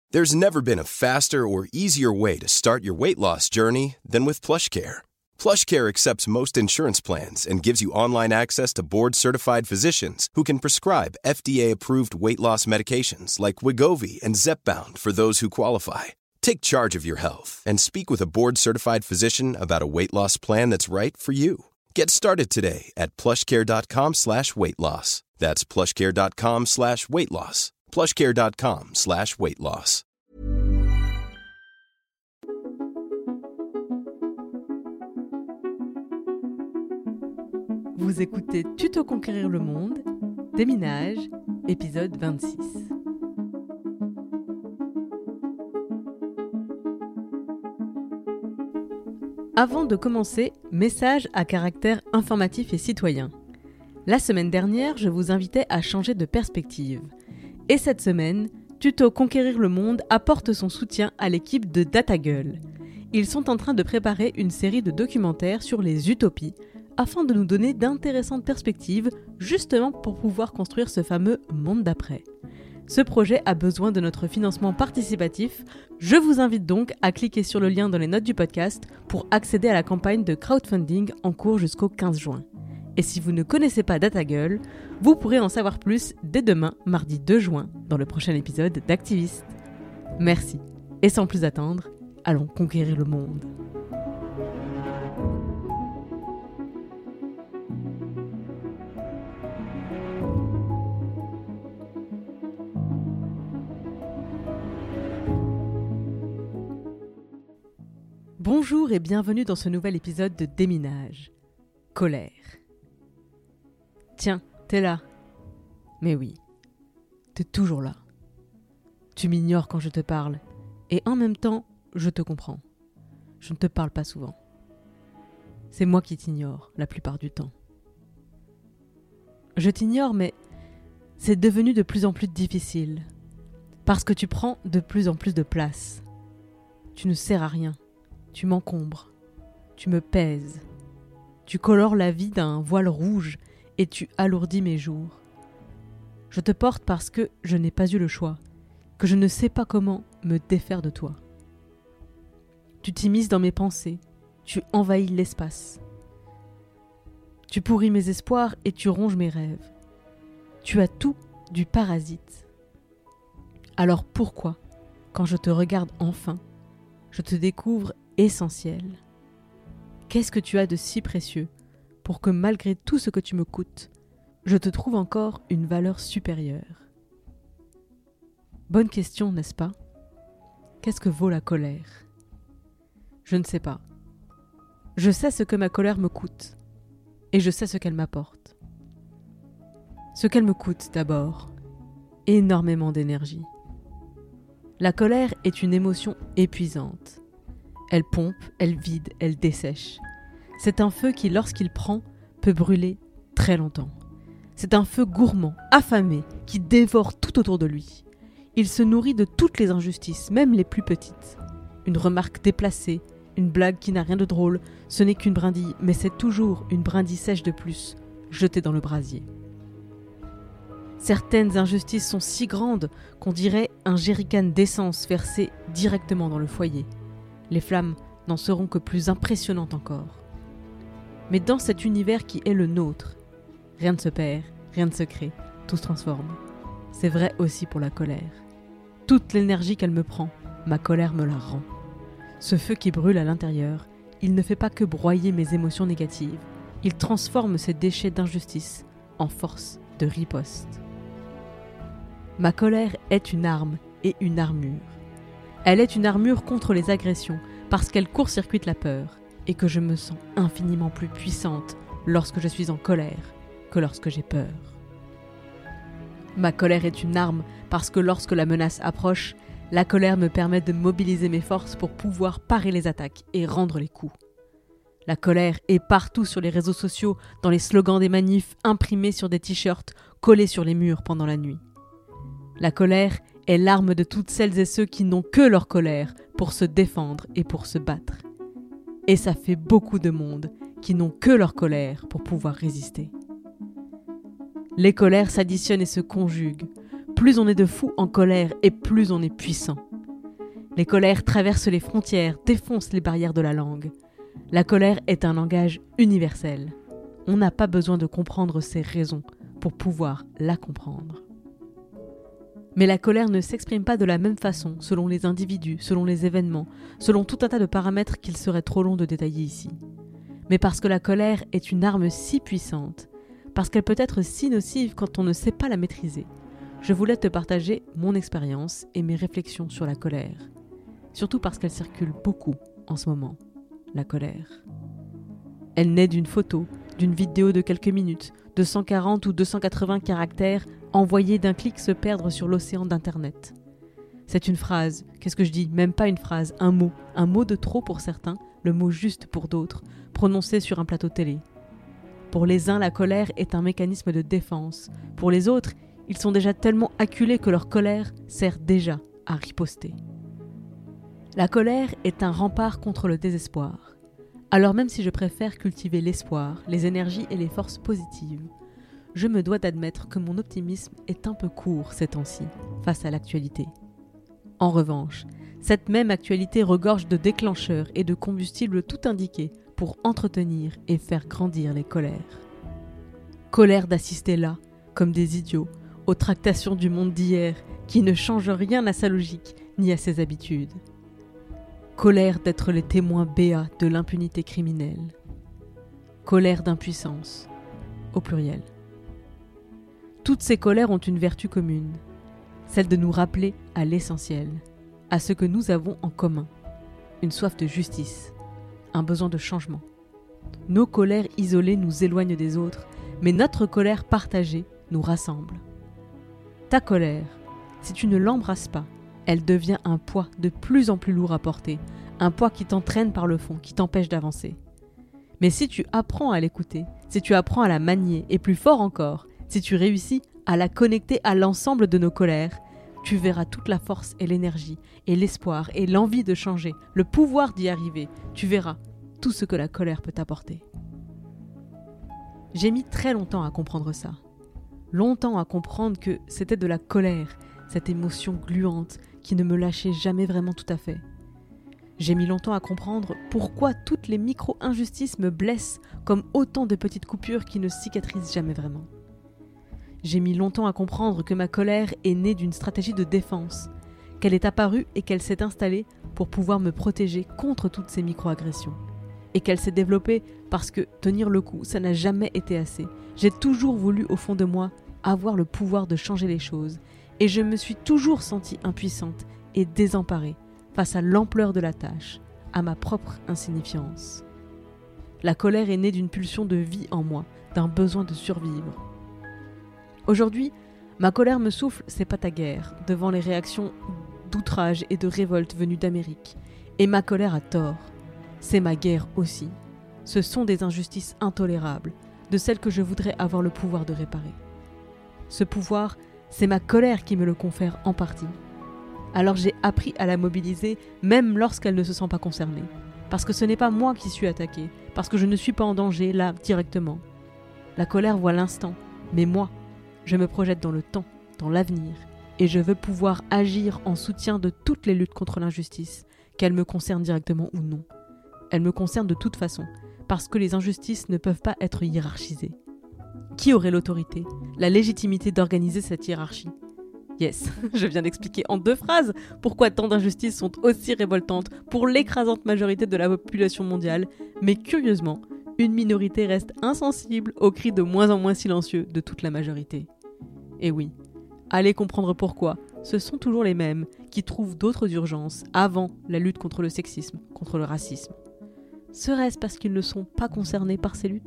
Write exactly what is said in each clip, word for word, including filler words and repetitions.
There's never been a faster or easier way to start your weight loss journey than with PlushCare. PlushCare accepts most insurance plans and gives you online access to board-certified physicians who can prescribe F D A-approved weight loss medications like Wegovy and Zepbound for those who qualify. Take charge of your health and speak with a board-certified physician about a weight loss plan that's right for you. Get started today at plushcare.com slash weight loss. That's plushcare.com slash weight loss. plushcare.com slash weight loss. Vous écoutez Tuto Conquérir le Monde, Déminage, épisode vingt-six. Avant de commencer, message à caractère informatif et citoyen. La semaine dernière, je vous invitais à changer de perspective. Et cette semaine, Tuto Conquérir le Monde apporte son soutien à l'équipe de DataGull. Ils sont en train de préparer une série de documentaires sur les utopies, afin de nous donner d'intéressantes perspectives, justement pour pouvoir construire ce fameux monde d'après. Ce projet a besoin de notre financement participatif. Je vous invite donc à cliquer sur le lien dans les notes du podcast pour accéder à la campagne de crowdfunding en cours jusqu'au quinze juin. Et si vous ne connaissez pas DataGull, vous pourrez en savoir plus dès demain, mardi deux juin, dans le prochain épisode d'Activiste. Merci. Et sans plus attendre, allons conquérir le monde. Bonjour et bienvenue dans ce nouvel épisode de Déminage. Colère. Tiens, t'es là. Mais oui, t'es toujours là. Tu m'ignores quand je te parle, et en même temps, je te comprends. Je ne te parle pas souvent. C'est moi qui t'ignore la plupart du temps. Je t'ignore, mais c'est devenu de plus en plus difficile, parce que tu prends de plus en plus de place. Tu ne sers à rien. Tu m'encombres, tu me pèses, tu colores la vie d'un voile rouge et tu alourdis mes jours. Je te porte parce que je n'ai pas eu le choix, que je ne sais pas comment me défaire de toi. Tu t'immisces dans mes pensées, tu envahis l'espace. Tu pourris mes espoirs et tu ronges mes rêves. Tu as tout du parasite. Alors pourquoi, quand je te regarde enfin, je te découvre essentiel. Qu'est-ce que tu as de si précieux pour que malgré tout ce que tu me coûtes, je te trouve encore une valeur supérieure? Bonne question, n'est-ce pas? Qu'est-ce que vaut la colère? Je ne sais pas. Je sais ce que ma colère me coûte et je sais ce qu'elle m'apporte. Ce qu'elle me coûte d'abord, énormément d'énergie. La colère est une émotion épuisante. Elle pompe, elle vide, elle dessèche. C'est un feu qui, lorsqu'il prend, peut brûler très longtemps. C'est un feu gourmand, affamé, qui dévore tout autour de lui. Il se nourrit de toutes les injustices, même les plus petites. Une remarque déplacée, une blague qui n'a rien de drôle, ce n'est qu'une brindille, mais c'est toujours une brindille sèche de plus, jetée dans le brasier. Certaines injustices sont si grandes qu'on dirait un jerrycan d'essence versé directement dans le foyer. Les flammes n'en seront que plus impressionnantes encore. Mais dans cet univers qui est le nôtre, rien ne se perd, rien ne se crée, tout se transforme. C'est vrai aussi pour la colère. Toute l'énergie qu'elle me prend, ma colère me la rend. Ce feu qui brûle à l'intérieur, il ne fait pas que broyer mes émotions négatives, il transforme ces déchets d'injustice en force de riposte. Ma colère est une arme et une armure. Elle est une armure contre les agressions parce qu'elle court-circuite la peur et que je me sens infiniment plus puissante lorsque je suis en colère que lorsque j'ai peur. Ma colère est une arme parce que lorsque la menace approche, la colère me permet de mobiliser mes forces pour pouvoir parer les attaques et rendre les coups. La colère est partout sur les réseaux sociaux, dans les slogans des manifs, imprimés sur des t-shirts, collés sur les murs pendant la nuit. La colère est l'arme de toutes celles et ceux qui n'ont que leur colère pour se défendre et pour se battre. Et ça fait beaucoup de monde qui n'ont que leur colère pour pouvoir résister. Les colères s'additionnent et se conjuguent. Plus on est de fous en colère et plus on est puissant. Les colères traversent les frontières, défoncent les barrières de la langue. La colère est un langage universel. On n'a pas besoin de comprendre ses raisons pour pouvoir la comprendre. Mais la colère ne s'exprime pas de la même façon selon les individus, selon les événements, selon tout un tas de paramètres qu'il serait trop long de détailler ici. Mais parce que la colère est une arme si puissante, parce qu'elle peut être si nocive quand on ne sait pas la maîtriser, je voulais te partager mon expérience et mes réflexions sur la colère. Surtout parce qu'elle circule beaucoup en ce moment, la colère. Elle naît d'une photo, d'une vidéo de quelques minutes, de cent quarante ou deux cent quatre-vingts caractères envoyés d'un clic se perdre sur l'océan d'Internet. C'est une phrase, qu'est-ce que je dis ? Même pas une phrase, un mot, un mot de trop pour certains, le mot juste pour d'autres, prononcé sur un plateau télé. Pour les uns, la colère est un mécanisme de défense. Pour les autres, ils sont déjà tellement acculés que leur colère sert déjà à riposter. La colère est un rempart contre le désespoir. Alors même si je préfère cultiver l'espoir, les énergies et les forces positives, je me dois d'admettre que mon optimisme est un peu court ces temps-ci, face à l'actualité. En revanche, cette même actualité regorge de déclencheurs et de combustibles tout indiqués pour entretenir et faire grandir les colères. Colère d'assister là, comme des idiots, aux tractations du monde d'hier qui ne changent rien à sa logique ni à ses habitudes. Colère d'être les témoins béats de l'impunité criminelle. Colère d'impuissance, au pluriel. Toutes ces colères ont une vertu commune, celle de nous rappeler à l'essentiel, à ce que nous avons en commun, une soif de justice, un besoin de changement. Nos colères isolées nous éloignent des autres, mais notre colère partagée nous rassemble. Ta colère, si tu ne l'embrasses pas, elle devient un poids de plus en plus lourd à porter, un poids qui t'entraîne par le fond, qui t'empêche d'avancer. Mais si tu apprends à l'écouter, si tu apprends à la manier, et plus fort encore, si tu réussis à la connecter à l'ensemble de nos colères, tu verras toute la force et l'énergie, et l'espoir, et l'envie de changer, le pouvoir d'y arriver. Tu verras tout ce que la colère peut t'apporter. J'ai mis très longtemps à comprendre ça. Longtemps à comprendre que c'était de la colère, cette émotion gluante qui ne me lâchait jamais vraiment tout à fait. J'ai mis longtemps à comprendre pourquoi toutes les micro-injustices me blessent comme autant de petites coupures qui ne cicatrisent jamais vraiment. J'ai mis longtemps à comprendre que ma colère est née d'une stratégie de défense, qu'elle est apparue et qu'elle s'est installée pour pouvoir me protéger contre toutes ces micro-agressions. Et qu'elle s'est développée parce que tenir le coup, ça n'a jamais été assez. J'ai toujours voulu au fond de moi avoir le pouvoir de changer les choses, et je me suis toujours sentie impuissante et désemparée face à l'ampleur de la tâche, à ma propre insignifiance. La colère est née d'une pulsion de vie en moi, d'un besoin de survivre. Aujourd'hui, ma colère me souffle ses pattes à guerre devant les réactions d'outrage et de révolte venues d'Amérique. Et ma colère a tort. C'est ma guerre aussi. Ce sont des injustices intolérables, de celles que je voudrais avoir le pouvoir de réparer. Ce pouvoir, c'est ma colère qui me le confère en partie. Alors j'ai appris à la mobiliser même lorsqu'elle ne se sent pas concernée. Parce que ce n'est pas moi qui suis attaquée, parce que je ne suis pas en danger là directement. La colère voit l'instant, mais moi, je me projette dans le temps, dans l'avenir, et je veux pouvoir agir en soutien de toutes les luttes contre l'injustice, qu'elles me concernent directement ou non. Elles me concernent de toute façon, parce que les injustices ne peuvent pas être hiérarchisées. Qui aurait l'autorité, la légitimité d'organiser cette hiérarchie ? Yes, je viens d'expliquer en deux phrases pourquoi tant d'injustices sont aussi révoltantes pour l'écrasante majorité de la population mondiale, mais curieusement, une minorité reste insensible aux cris de moins en moins silencieux de toute la majorité. Et oui, allez comprendre pourquoi, ce sont toujours les mêmes qui trouvent d'autres urgences avant la lutte contre le sexisme, contre le racisme. Serait-ce parce qu'ils ne sont pas concernés par ces luttes ?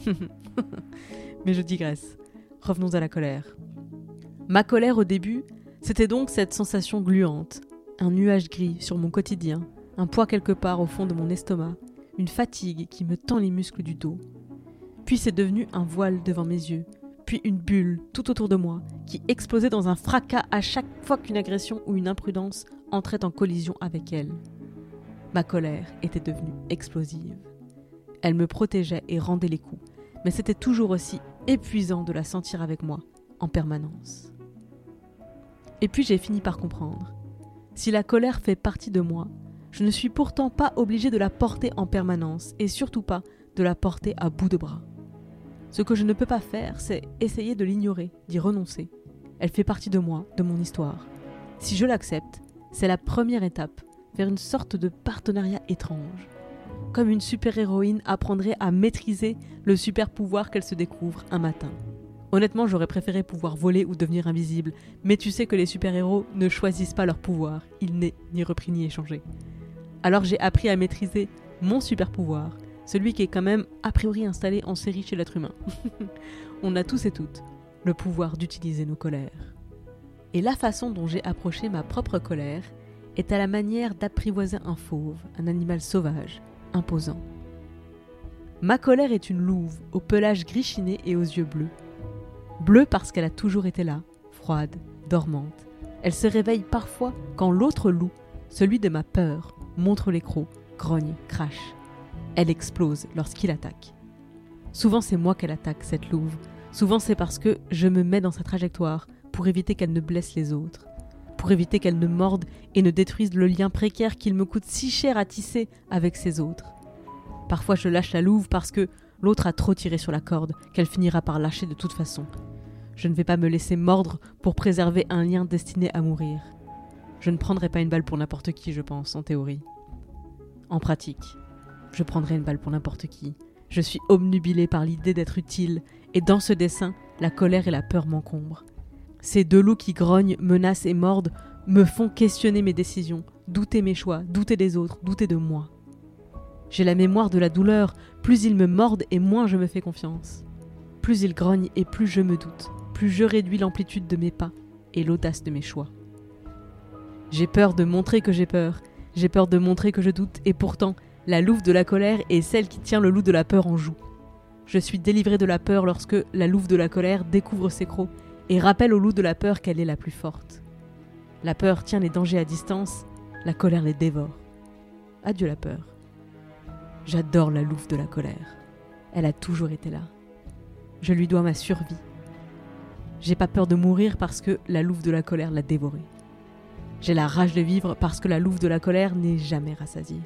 Mais je digresse. Revenons à la colère. Ma colère au début, c'était donc cette sensation gluante, un nuage gris sur mon quotidien, un poids quelque part au fond de mon estomac, une fatigue qui me tend les muscles du dos. Puis c'est devenu un voile devant mes yeux, puis une bulle tout autour de moi qui explosait dans un fracas à chaque fois qu'une agression ou une imprudence entrait en collision avec elle. Ma colère était devenue explosive. Elle me protégeait et rendait les coups, mais c'était toujours aussi épuisant de la sentir avec moi, en permanence. Et puis j'ai fini par comprendre. Si la colère fait partie de moi, je ne suis pourtant pas obligée de la porter en permanence et surtout pas de la porter à bout de bras. Ce que je ne peux pas faire, c'est essayer de l'ignorer, d'y renoncer. Elle fait partie de moi, de mon histoire. Si je l'accepte, c'est la première étape vers une sorte de partenariat étrange. Comme une super-héroïne apprendrait à maîtriser le super-pouvoir qu'elle se découvre un matin. Honnêtement, j'aurais préféré pouvoir voler ou devenir invisible, mais tu sais que les super-héros ne choisissent pas leur pouvoir, il n'est ni repris ni échangé. Alors j'ai appris à maîtriser mon super-pouvoir, celui qui est quand même a priori installé en série chez l'être humain. On a tous et toutes le pouvoir d'utiliser nos colères. Et la façon dont j'ai approché ma propre colère est à la manière d'apprivoiser un fauve, un animal sauvage, imposant. Ma colère est une louve au pelage gris chiné et aux yeux bleus. Bleue parce qu'elle a toujours été là, froide, dormante. Elle se réveille parfois quand l'autre loup, celui de ma peur, montre les crocs, grogne, crache. Elle explose lorsqu'il attaque. Souvent c'est moi qu'elle attaque, cette louve. Souvent c'est parce que je me mets dans sa trajectoire pour éviter qu'elle ne blesse les autres, pour éviter qu'elle ne morde et ne détruise le lien précaire qu'il me coûte si cher à tisser avec ces autres. Parfois je lâche la louve parce que l'autre a trop tiré sur la corde, qu'elle finira par lâcher de toute façon. Je ne vais pas me laisser mordre pour préserver un lien destiné à mourir. Je ne prendrai pas une balle pour n'importe qui, je pense, en théorie. En pratique, je prendrai une balle pour n'importe qui. Je suis obnubilée par l'idée d'être utile, et dans ce dessin, la colère et la peur m'encombrent. Ces deux loups qui grognent, menacent et mordent me font questionner mes décisions, douter mes choix, douter des autres, douter de moi. J'ai la mémoire de la douleur, plus ils me mordent et moins je me fais confiance. Plus ils grognent et plus je me doute, plus je réduis l'amplitude de mes pas et l'audace de mes choix. J'ai peur de montrer que j'ai peur, j'ai peur de montrer que je doute et pourtant, la louve de la colère est celle qui tient le loup de la peur en joue. Je suis délivrée de la peur lorsque la louve de la colère découvre ses crocs et rappelle au loup de la peur qu'elle est la plus forte. La peur tient les dangers à distance, la colère les dévore. Adieu la peur. J'adore la louve de la colère. Elle a toujours été là. Je lui dois ma survie. J'ai pas peur de mourir parce que la louve de la colère l'a dévorée. J'ai la rage de vivre parce que la louve de la colère n'est jamais rassasiée.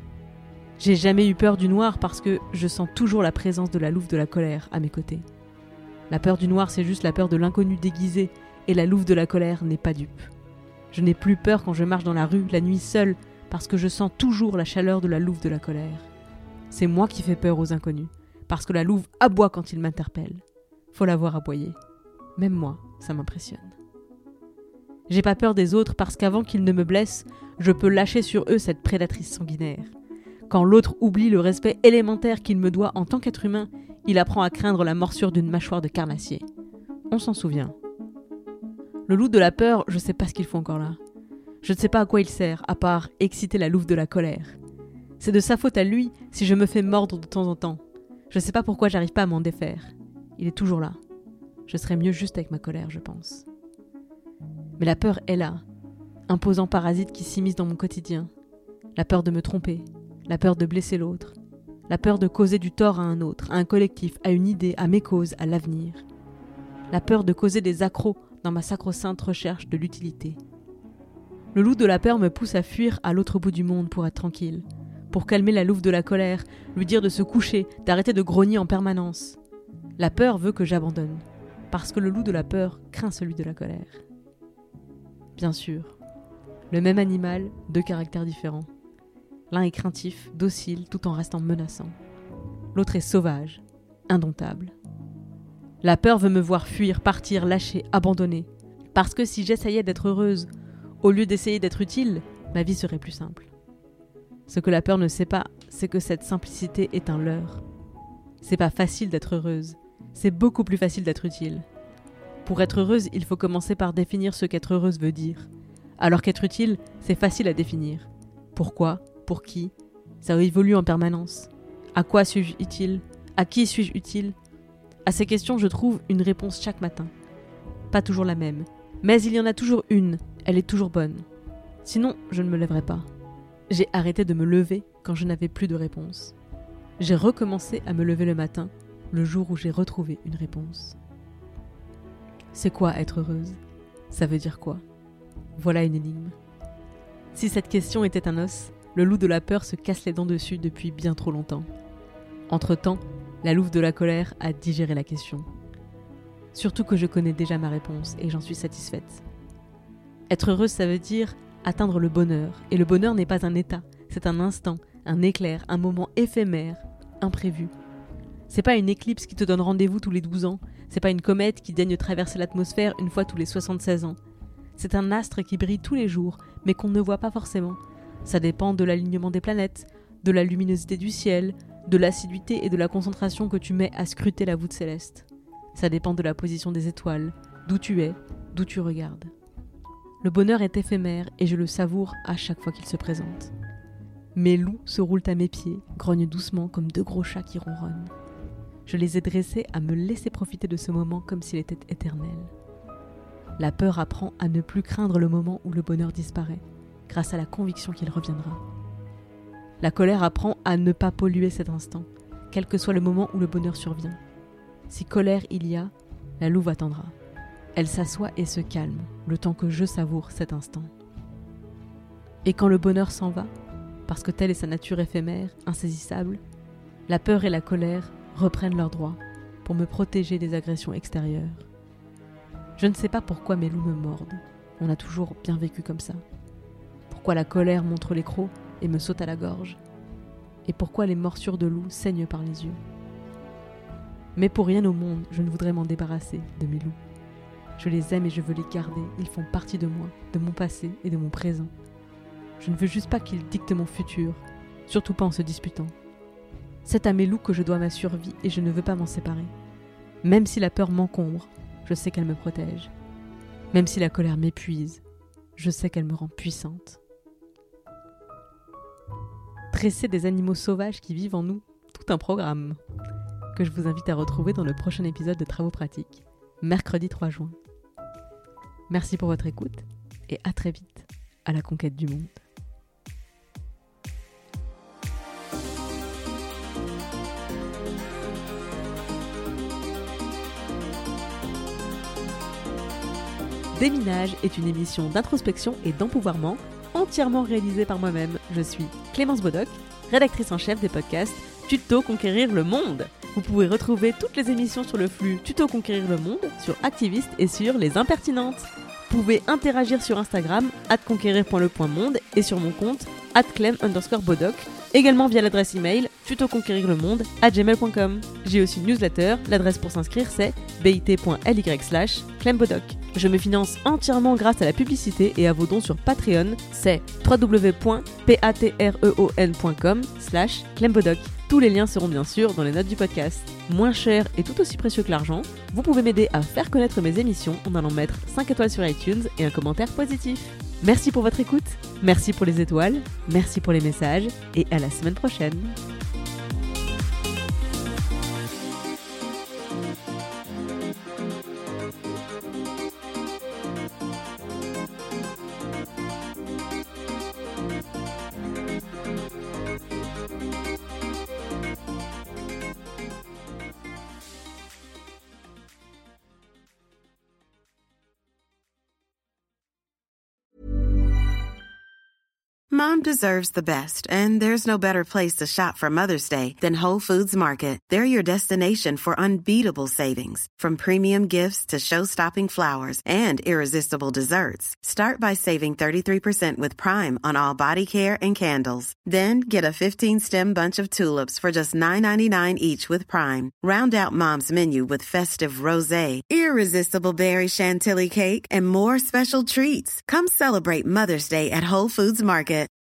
J'ai jamais eu peur du noir parce que je sens toujours la présence de la louve de la colère à mes côtés. La peur du noir, c'est juste la peur de l'inconnu déguisé et la louve de la colère n'est pas dupe. Je n'ai plus peur quand je marche dans la rue, la nuit seule, parce que je sens toujours la chaleur de la louve de la colère. C'est moi qui fais peur aux inconnus, parce que la louve aboie quand il m'interpelle. Faut la voir aboyer. Même moi, ça m'impressionne. J'ai pas peur des autres parce qu'avant qu'ils ne me blessent, je peux lâcher sur eux cette prédatrice sanguinaire. Quand l'autre oublie le respect élémentaire qu'il me doit en tant qu'être humain, il apprend à craindre la morsure d'une mâchoire de carnassier. On s'en souvient. Le loup de la peur, je sais pas ce qu'il faut encore là. Je ne sais pas à quoi il sert, à part exciter la louve de la colère. C'est de sa faute à lui si je me fais mordre de temps en temps. Je sais pas pourquoi j'arrive pas à m'en défaire. Il est toujours là. Je serais mieux juste avec ma colère, je pense. Mais la peur est là, imposant parasite qui s'immisce dans mon quotidien. La peur de me tromper, la peur de blesser l'autre, la peur de causer du tort à un autre, à un collectif, à une idée, à mes causes, à l'avenir. La peur de causer des accros dans ma sacro-sainte recherche de l'utilité. Le loup de la peur me pousse à fuir à l'autre bout du monde pour être tranquille, pour calmer la louve de la colère, lui dire de se coucher, d'arrêter de grogner en permanence. La peur veut que j'abandonne, parce que le loup de la peur craint celui de la colère. Bien sûr, le même animal, deux caractères différents. L'un est craintif, docile, tout en restant menaçant. L'autre est sauvage, indomptable. La peur veut me voir fuir, partir, lâcher, abandonner. Parce que si j'essayais d'être heureuse, au lieu d'essayer d'être utile, ma vie serait plus simple. Ce que la peur ne sait pas, c'est que cette simplicité est un leurre. C'est pas facile d'être heureuse, c'est beaucoup plus facile d'être utile. Pour être heureuse, il faut commencer par définir ce qu'être heureuse veut dire. Alors qu'être utile, c'est facile à définir. Pourquoi ? Pour qui ? Ça évolue en permanence. À quoi suis-je utile ? À qui suis-je utile ? À ces questions, je trouve une réponse chaque matin. Pas toujours la même, mais il y en a toujours une, elle est toujours bonne. Sinon, je ne me lèverai pas. J'ai arrêté de me lever quand je n'avais plus de réponse. J'ai recommencé à me lever le matin, le jour où j'ai retrouvé une réponse. C'est quoi être heureuse ? Ça veut dire quoi ? Voilà une énigme. Si cette question était un os, le loup de la peur se casse les dents dessus depuis bien trop longtemps. Entre-temps, la louve de la colère a digéré la question. Surtout que je connais déjà ma réponse et j'en suis satisfaite. Être heureuse, ça veut dire atteindre le bonheur. Et le bonheur n'est pas un état, c'est un instant, un éclair, un moment éphémère, imprévu. C'est pas une éclipse qui te donne rendez-vous tous les douze ans, c'est pas une comète qui daigne traverser l'atmosphère une fois tous les soixante-seize ans. C'est un astre qui brille tous les jours, mais qu'on ne voit pas forcément. Ça dépend de l'alignement des planètes, de la luminosité du ciel, de l'assiduité et de la concentration que tu mets à scruter la voûte céleste. Ça dépend de la position des étoiles, d'où tu es, d'où tu regardes. Le bonheur est éphémère et je le savoure à chaque fois qu'il se présente. Mes loups se roulent à mes pieds, grognent doucement comme deux gros chats qui ronronnent. Je les ai dressés à me laisser profiter de ce moment comme s'il était éternel. La peur apprend à ne plus craindre le moment où le bonheur disparaît, grâce à la conviction qu'il reviendra. La colère apprend à ne pas polluer cet instant, quel que soit le moment où le bonheur survient. Si colère il y a, la louve attendra. Elle s'assoit et se calme, le temps que je savoure cet instant. Et quand le bonheur s'en va, parce que telle est sa nature éphémère, insaisissable, la peur et la colère reprennent leurs droits pour me protéger des agressions extérieures. Je ne sais pas pourquoi mes loups me mordent. On a toujours bien vécu comme ça. Pourquoi la colère montre les crocs et me saute à la gorge. Et pourquoi les morsures de loup saignent par les yeux. Mais pour rien au monde, je ne voudrais m'en débarrasser de mes loups. Je les aime et je veux les garder. Ils font partie de moi, de mon passé et de mon présent. Je ne veux juste pas qu'ils dictent mon futur, surtout pas en se disputant. C'est à mes loups que je dois ma survie et je ne veux pas m'en séparer. Même si la peur m'encombre, je sais qu'elle me protège. Même si la colère m'épuise, je sais qu'elle me rend puissante. Dresser des animaux sauvages qui vivent en nous, tout un programme, que je vous invite à retrouver dans le prochain épisode de Travaux pratiques, mercredi trois juin. Merci pour votre écoute et à très vite à la conquête du monde. Déminage est une émission d'introspection et d'empouvoirment entièrement réalisée par moi-même. Je suis Clémence Bodoc, rédactrice en chef des podcasts Tuto Conquérir le Monde. Vous pouvez retrouver toutes les émissions sur le flux Tuto Conquérir le Monde, sur Activiste et sur Les Impertinentes. Vous pouvez interagir sur Instagram arobase conquérir point le point monde et sur mon compte arobase clem underscore bodoc, également via l'adresse email tutoconquérirlemonde arobase gmail point com. J'ai aussi une newsletter, l'adresse pour s'inscrire c'est bit.ly slash clembodoc. Je me finance entièrement grâce à la publicité et à vos dons sur Patreon, c'est w w w point patreon point com slash clembodoc. Tous les liens seront bien sûr dans les notes du podcast. Moins cher et tout aussi précieux que l'argent, vous pouvez m'aider à faire connaître mes émissions en allant mettre cinq étoiles sur iTunes et un commentaire positif. Merci pour votre écoute, merci pour les étoiles, merci pour les messages et à la semaine prochaine. Mom deserves the best, and there's no better place to shop for Mother's Day than Whole Foods Market. They're your destination for unbeatable savings, from premium gifts to show-stopping flowers and irresistible desserts. Start by saving thirty-three percent with Prime on all body care and candles. Then get a fifteen-stem bunch of tulips for just nine ninety-nine each with Prime. Round out Mom's menu with festive rosé, irresistible berry chantilly cake, and more special treats. Come celebrate Mother's Day at Whole Foods Market.